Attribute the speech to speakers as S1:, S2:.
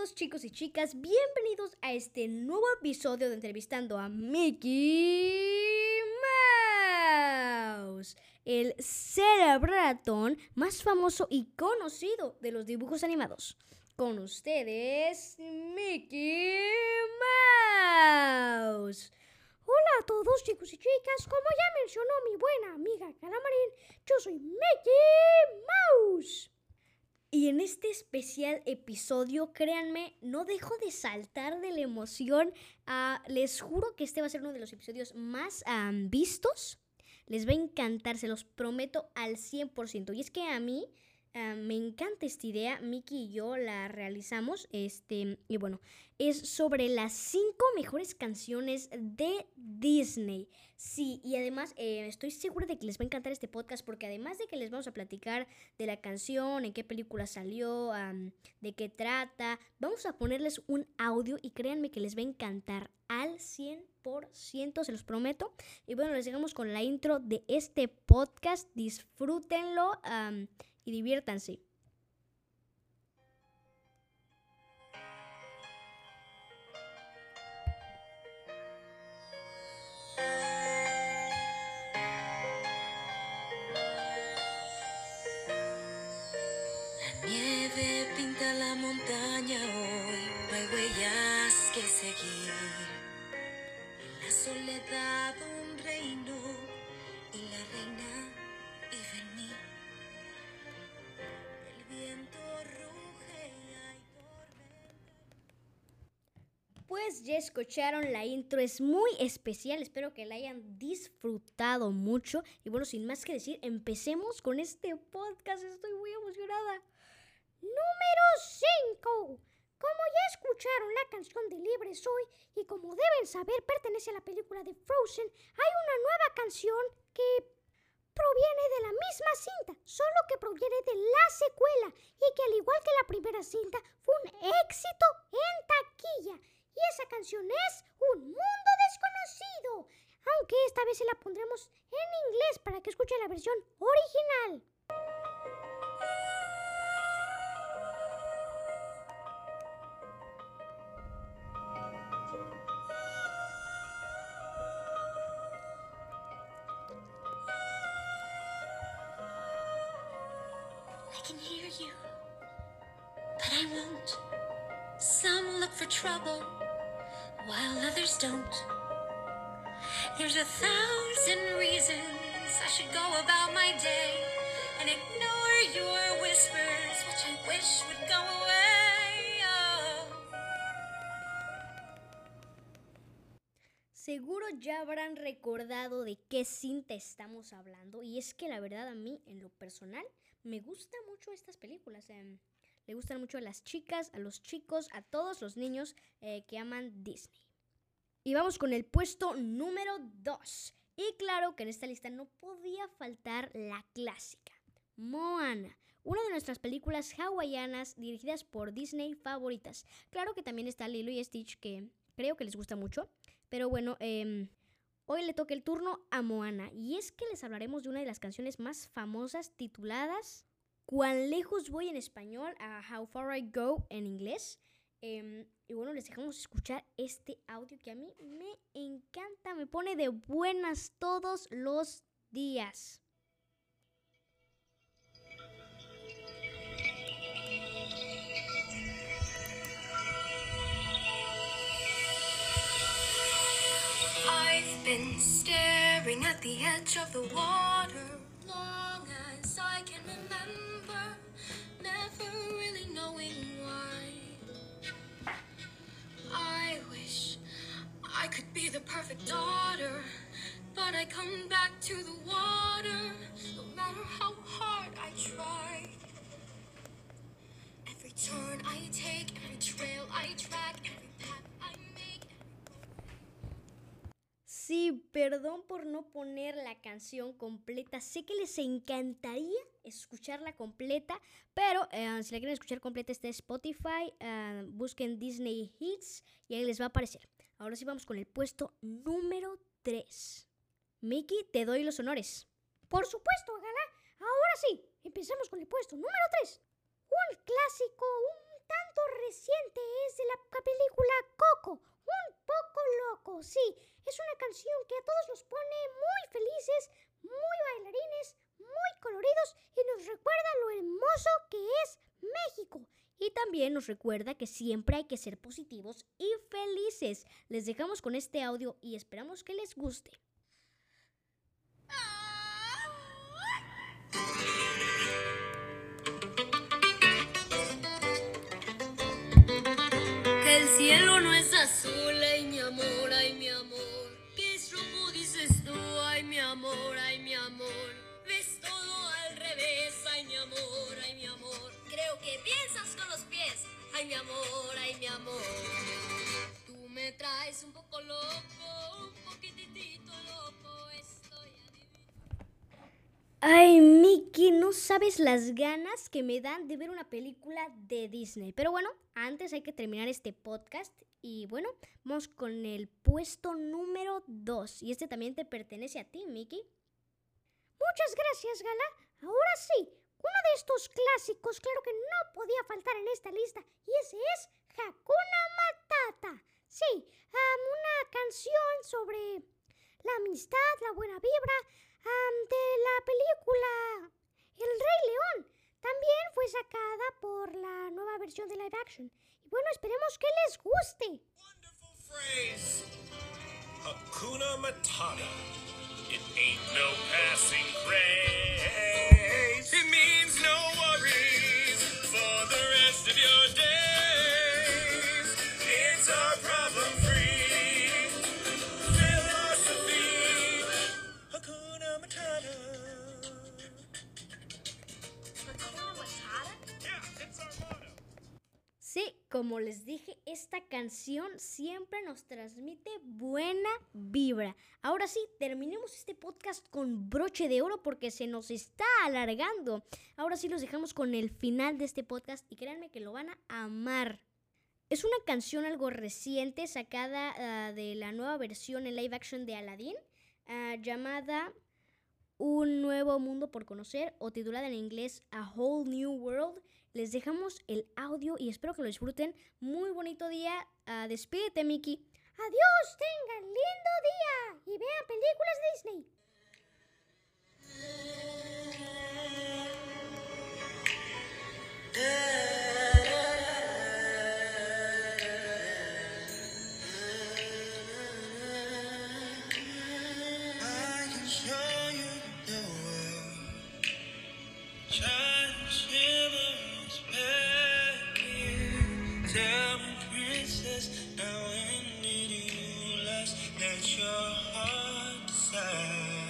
S1: todos, chicos y chicas, bienvenidos a este nuevo episodio de Entrevistando a Mickey Mouse, el cerebratón más famoso y conocido de los dibujos animados. Con ustedes, Mickey Mouse.
S2: Hola a todos, chicos y chicas. Como ya mencionó mi buena amiga Calamarín, yo soy Mickey Mouse.
S1: Y en este especial episodio, créanme, no dejo de saltar de la emoción. Les juro que este va a ser uno de los episodios más vistos. Les va a encantar, se los prometo al 100%. Y es que a mí me encanta esta idea. Mickey y yo la realizamos. Y bueno, es sobre las 5 mejores canciones de Disney. Sí, y además estoy segura de que les va a encantar este podcast porque además de que les vamos a platicar de la canción, en qué película salió, de qué trata, vamos a ponerles un audio y créanme que les va a encantar al 100%, se los prometo. Y bueno, les dejamos con la intro de este podcast. Disfrútenlo y diviértanse.
S3: La nieve pinta la montaña hoy, no hay huellas que seguir. En la soledad un reino y la reina vive en mí. El viento ruge y hay tormenta.
S1: Pues ya escucharon la intro, es muy especial, espero que la hayan disfrutado mucho. Y bueno, sin más que decir, empecemos con este podcast, estoy muy emocionada.
S2: Número 5. Como ya escucharon la canción de Libre Soy y como deben saber pertenece a la película de Frozen, hay una nueva canción que proviene de la misma cinta, solo que proviene de la secuela y que al igual que la primera cinta fue un éxito en taquilla. Y esa canción es Un Mundo Desconocido, aunque esta vez se la pondremos en inglés para que escuchen la versión original.
S3: I can hear you, but I won't. Some look for trouble, while others don't. There's 1,000 reasons I should go about my day and ignore your whispers, which I wish would go away. Oh.
S1: Seguro ya habrán recordado de qué cinta estamos hablando. Y es que la verdad a mí, en lo personal, me gustan mucho estas películas. Le gustan mucho a las chicas, a los chicos, a todos los niños que aman Disney. Y vamos con el puesto número 2. Y claro que en esta lista no podía faltar la clásica, Moana, una de nuestras películas hawaianas dirigidas por Disney favoritas. Claro que también está Lilo y Stitch, que creo que les gusta mucho. Pero bueno, hoy le toca el turno a Moana. Y es que les hablaremos de una de las canciones más famosas tituladas ¿Cuán lejos voy en español? A How Far I Go en inglés. Y bueno, les dejamos escuchar este audio que a mí me encanta, me pone de buenas todos los días.
S3: I've been staring at the edge of the water long as I can remember, never really knowing why. I wish I could be the perfect daughter, but I come back to the water no matter how hard I try. Every turn I take, every trail I track, every path I make.
S1: Sí, perdón por no poner la canción completa. Sé que les encantaría escucharla completa, pero si la quieren escuchar completa está en Spotify. Busquen Disney Hits y ahí les va a aparecer. Ahora sí vamos con el puesto número 3. Mickey, te doy los honores.
S2: Por supuesto, Gala. Ahora sí, empecemos con el puesto número 3. Un clásico un tanto reciente sí, es una canción que a todos nos pone muy felices, muy bailarines, muy coloridos y nos recuerda lo hermoso que es México.
S1: Y también nos recuerda que siempre hay que ser positivos y felices. Les dejamos con este audio y esperamos que les guste.
S3: Que el cielo no es azul, ay mi amor, ay mi amor. Que es rojo dices tú, ay mi amor, ay mi amor. Ves todo al revés, ay mi amor, ay mi amor. Creo que piensas con los pies, ay mi amor, ay mi amor. Tú me traes un poco loco, un poquitito loco, estoy
S1: Ay, Miki, no sabes las ganas que me dan de ver una película de Disney. Pero bueno, antes hay que terminar este podcast. Y bueno, vamos con el puesto número 2. Y este también te pertenece a ti, Miki.
S2: Muchas gracias, Gala. Ahora sí, uno de estos clásicos, claro que no podía faltar en esta lista, y ese es Hakuna Matata. Sí, una canción sobre la amistad, la buena vibra, de la película El Rey León. También fue sacada por la nueva versión de live action. Y bueno, esperemos que les guste.
S4: Wonderful phrase. Hakuna Matata. It ain't no passing craze. It means no worries for the rest of your days. It's our problem-free philosophy. Hakuna Matata. Yeah, it's our motto.
S1: Sí, como les dije, esta canción siempre nos transmite buena vibra. Ahora sí, terminemos este podcast con broche de oro porque se nos está alargando. Ahora sí los dejamos con el final de este podcast y créanme que lo van a amar. Es una canción algo reciente sacada de la nueva versión en live action de Aladdin, llamada Un Nuevo Mundo por Conocer o titulada en inglés A Whole New World. Les dejamos el audio y espero que lo disfruten. Muy bonito día. Despídete, Miki.
S2: Adiós, tengan lindo día y vean películas Disney.
S4: I can show you the world. Shine, shimmer, splendid. Tell me, princess, now when did you last let your heart decide?